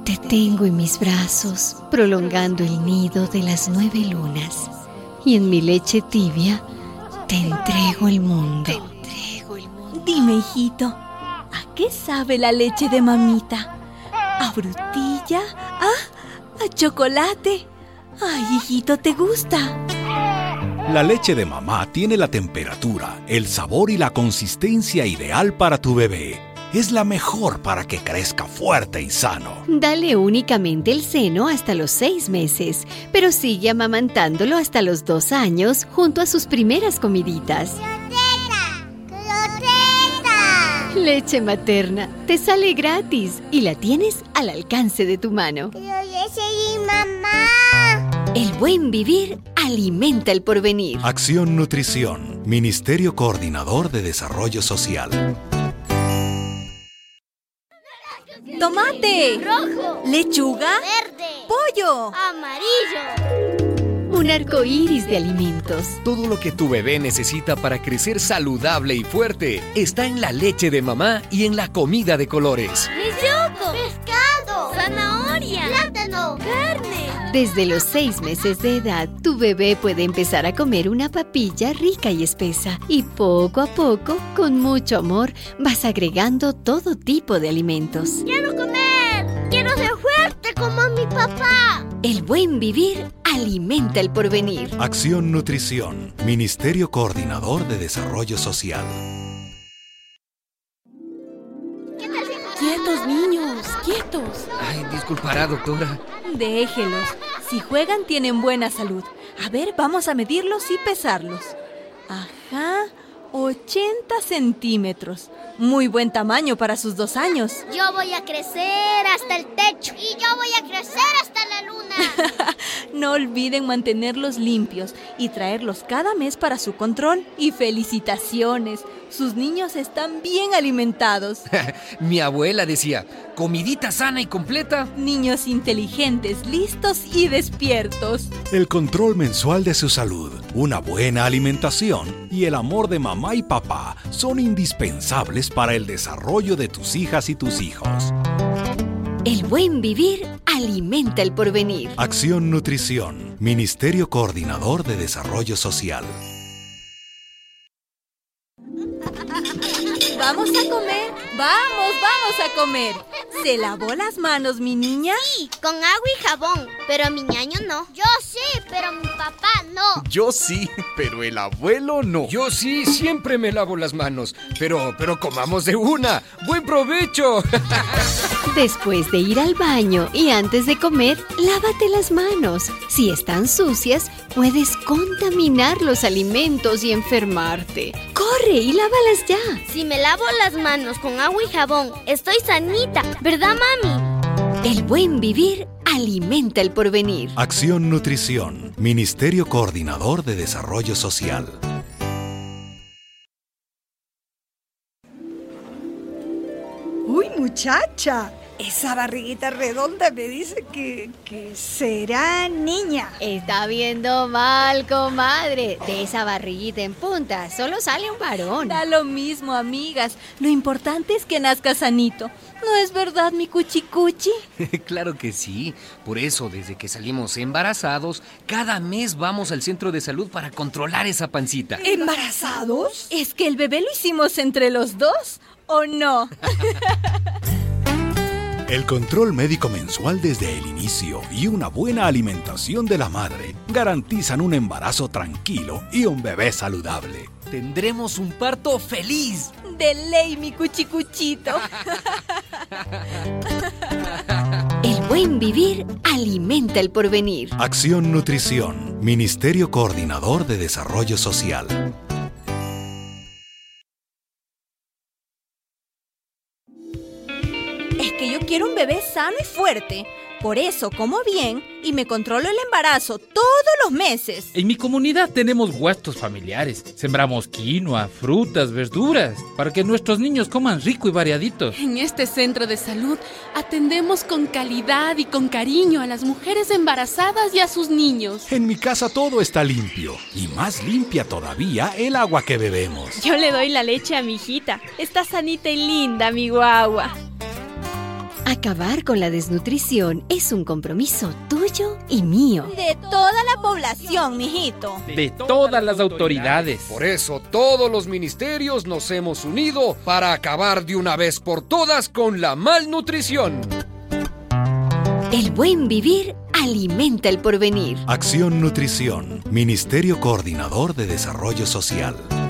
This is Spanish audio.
Te tengo en mis brazos, prolongando el nido de las 9 lunas. Y en mi leche tibia te entrego el mundo. Dime, hijito, ¿a qué sabe la leche de mamita? ¿A frutilla? ¿A chocolate? Ay, hijito, ¿te gusta? La leche de mamá tiene la temperatura, el sabor y la consistencia ideal para tu bebé. Es la mejor para que crezca fuerte y sano. Dale únicamente el seno hasta los 6 meses, pero sigue amamantándolo hasta los 2 años junto a sus primeras comiditas. ¡Croteta! Leche materna te sale gratis y la tienes al alcance de tu mano. ¡Quiero leche de mamá! El buen vivir alimenta el porvenir. Acción Nutrición, Ministerio Coordinador de Desarrollo Social. ¡Tomate! ¡Rojo! ¿Lechuga? ¡Verde! ¡Pollo! ¡Amarillo! Un arco iris de alimentos. Todo lo que tu bebé necesita para crecer saludable y fuerte está en la leche de mamá y en la comida de colores. ¡Yoco! ¡Pescado! ¡Zanahoria! ¡Plátano! ¡Carne! Desde los 6 meses de edad, tu bebé puede empezar a comer una papilla rica y espesa. Y poco a poco, con mucho amor, vas agregando todo tipo de alimentos. ¡Quiero comer! ¡Quiero ser fuerte como mi papá! El buen vivir alimenta el porvenir. Acción Nutrición, Ministerio Coordinador de Desarrollo Social. ¡Quietos, niños! ¡Quietos! Ay, disculpará, doctora. Déjelos. Si juegan, tienen buena salud. A ver, vamos a medirlos y pesarlos. Ajá, 80 centímetros. Muy buen tamaño para sus 2 años. Yo voy a crecer hasta el techo. Y yo voy a crecer hasta la luna. No olviden mantenerlos limpios y traerlos cada mes para su control. Y felicitaciones, sus niños están bien alimentados. Mi abuela decía, comidita sana y completa. Niños inteligentes, listos y despiertos. El control mensual de su salud, una buena alimentación y el amor de mamá y papá son indispensables para el desarrollo de tus hijas y tus hijos. El buen vivir alimenta el porvenir. Acción Nutrición, Ministerio Coordinador de Desarrollo Social. ¡Vamos a comer! ¡Vamos a comer! ¿Se lavó las manos, mi niña? Sí, con agua y jabón, pero mi ñaño no. Yo sí, pero mi papá no. Yo sí, pero el abuelo no. Yo sí, siempre me lavo las manos. Pero comamos de una. ¡Buen provecho! Después de ir al baño y antes de comer, lávate las manos. Si están sucias, puedes contaminar los alimentos y enfermarte. ¡Corre y lávalas ya! Si me lavo las manos con agua y jabón, estoy sanita, ¿verdad, mami? El buen vivir alimenta el porvenir. Acción Nutrición, Ministerio Coordinador de Desarrollo Social. ¡Uy, muchacha! Esa barriguita redonda me dice que será niña. Está viendo mal, comadre. De esa barriguita en punta solo sale un varón. Da lo mismo, amigas. Lo importante es que nazca sanito. ¿No es verdad, mi cuchicuchi? Claro que sí. Por eso, desde que salimos embarazados, cada mes vamos al centro de salud para controlar esa pancita. ¿Embarazados? ¿Es que el bebé lo hicimos entre los dos o no? El control médico mensual desde el inicio y una buena alimentación de la madre garantizan un embarazo tranquilo y un bebé saludable. Tendremos un parto feliz. De ley, mi cuchicuchito. El buen vivir alimenta el porvenir. Acción Nutrición, Ministerio Coordinador de Desarrollo Social. Es que yo quiero un bebé sano y fuerte. Por eso como bien y me controlo el embarazo todos los meses. En mi comunidad tenemos huertos familiares. Sembramos quinoa, frutas, verduras, para que nuestros niños coman rico y variadito. En este centro de salud atendemos con calidad y con cariño a las mujeres embarazadas y a sus niños. En mi casa todo está limpio y más limpia todavía el agua que bebemos. Yo le doy la leche a mi hijita. Está sanita y linda, mi guagua. Acabar con la desnutrición es un compromiso tuyo y mío. De toda la población, mijito. De todas las autoridades. Por eso todos los ministerios nos hemos unido para acabar de una vez por todas con la malnutrición. El buen vivir alimenta el porvenir. Acción Nutrición, Ministerio Coordinador de Desarrollo Social.